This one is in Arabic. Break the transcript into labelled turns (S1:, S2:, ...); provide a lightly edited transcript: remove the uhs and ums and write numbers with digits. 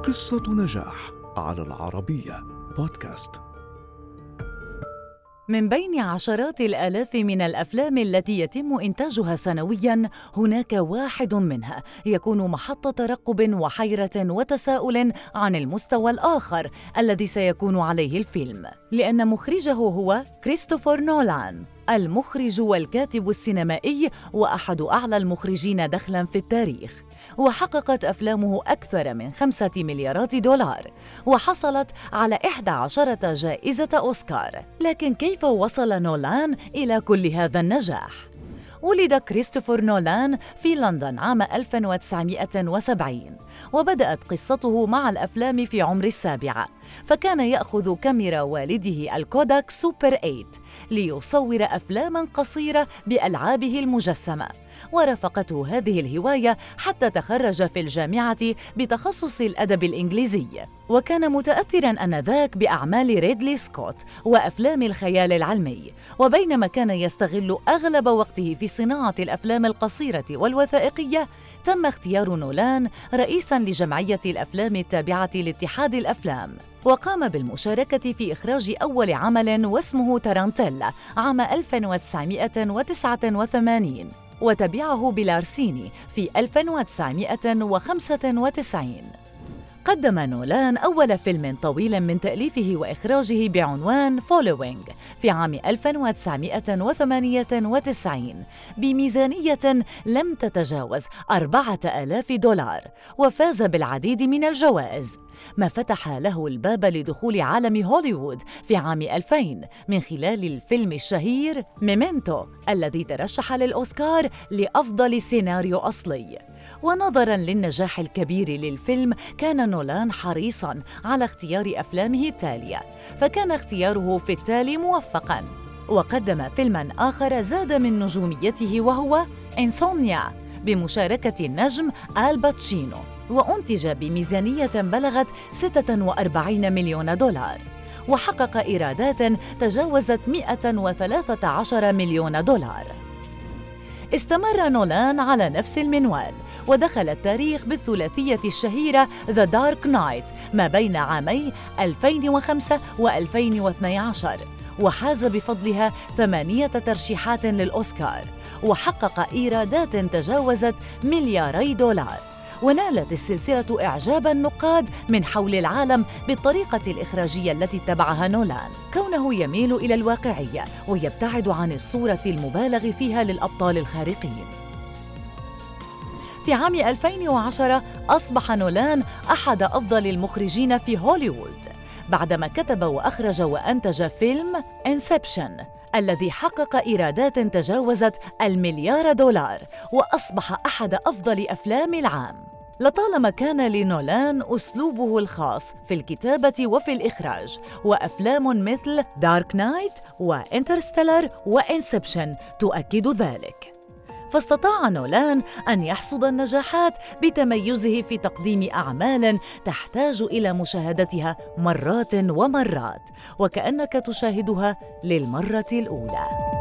S1: قصة نجاح على العربية بودكاست.
S2: من بين عشرات الآلاف من الأفلام التي يتم إنتاجها سنوياً، هناك واحد منها يكون محط ترقب وحيرة وتساؤل عن المستوى الآخر الذي سيكون عليه الفيلم، لأن مخرجه هو كريستوفر نولان، المخرج والكاتب السينمائي وأحد أعلى المخرجين دخلاً في التاريخ. وحققت أفلامه أكثر من 5 مليارات دولار، وحصلت على 11 جائزة أوسكار. لكن كيف وصل نولان إلى كل هذا النجاح؟ ولد كريستوفر نولان في لندن عام 1970، وبدأت قصته مع الأفلام في عمر 7، فكان يأخذ كاميرا والده الكوداك سوبر 8 ليصور أفلاما قصيرة بألعابه المجسمة، ورافقته هذه الهواية حتى تخرج في الجامعة بتخصص الأدب الإنجليزي، وكان متأثراً آنذاك بأعمال ريدلي سكوت وأفلام الخيال العلمي. وبينما كان يستغل أغلب وقته في صناعة الأفلام القصيرة والوثائقية، تم اختيار نولان رئيساً لجمعية الأفلام التابعة لاتحاد الأفلام، وقام بالمشاركة في إخراج أول عمل واسمه تارانتيلا عام 1989، وتبعه بلارسيني في 1995. قدم نولان أول فيلم طويل من تأليفه وإخراجه بعنوان فولوينج في عام 1998 بميزانية لم تتجاوز 4,000 دولار، وفاز بالعديد من الجوائز، ما فتح له الباب لدخول عالم هوليوود في عام 2000 من خلال الفيلم الشهير ميمنتو الذي ترشح للأوسكار لأفضل سيناريو أصلي. ونظراً للنجاح الكبير للفيلم، كان نولان حريصاً على اختيار أفلامه التالية، فكان اختياره في التالي موفقاً، وقدم فيلماً آخر زاد من نجوميته وهو إنسومنيا بمشاركة النجم الباتشينو، وأنتج بميزانية بلغت 46 مليون دولار، وحقق إيرادات تجاوزت 113 مليون دولار. استمر نولان على نفس المنوال، ودخل التاريخ بالثلاثية الشهيرة The Dark Knight ما بين عامي 2005 و2012، وحاز بفضلها 8 ترشيحات للأوسكار، وحقق إيرادات تجاوزت 2 مليار دولار. ونالت السلسلة إعجاب النقاد من حول العالم بالطريقة الإخراجية التي اتبعها نولان، كونه يميل إلى الواقعية ويبتعد عن الصورة المبالغ فيها للأبطال الخارقين. في عام 2010 أصبح نولان أحد أفضل المخرجين في هوليوود، بعدما كتب وأخرج وأنتج فيلم إنسبشن الذي حقق إيرادات تجاوزت 1 مليار دولار، وأصبح أحد أفضل أفلام العام. لطالما كان لنولان أسلوبه الخاص في الكتابة وفي الإخراج، وأفلام مثل دارك نايت وإنترستيلر وإنسبشن تؤكد ذلك. فاستطاع نولان أن يحصد النجاحات بتميزه في تقديم أعمال تحتاج إلى مشاهدتها مرات ومرات، وكأنك تشاهدها للمرة الأولى.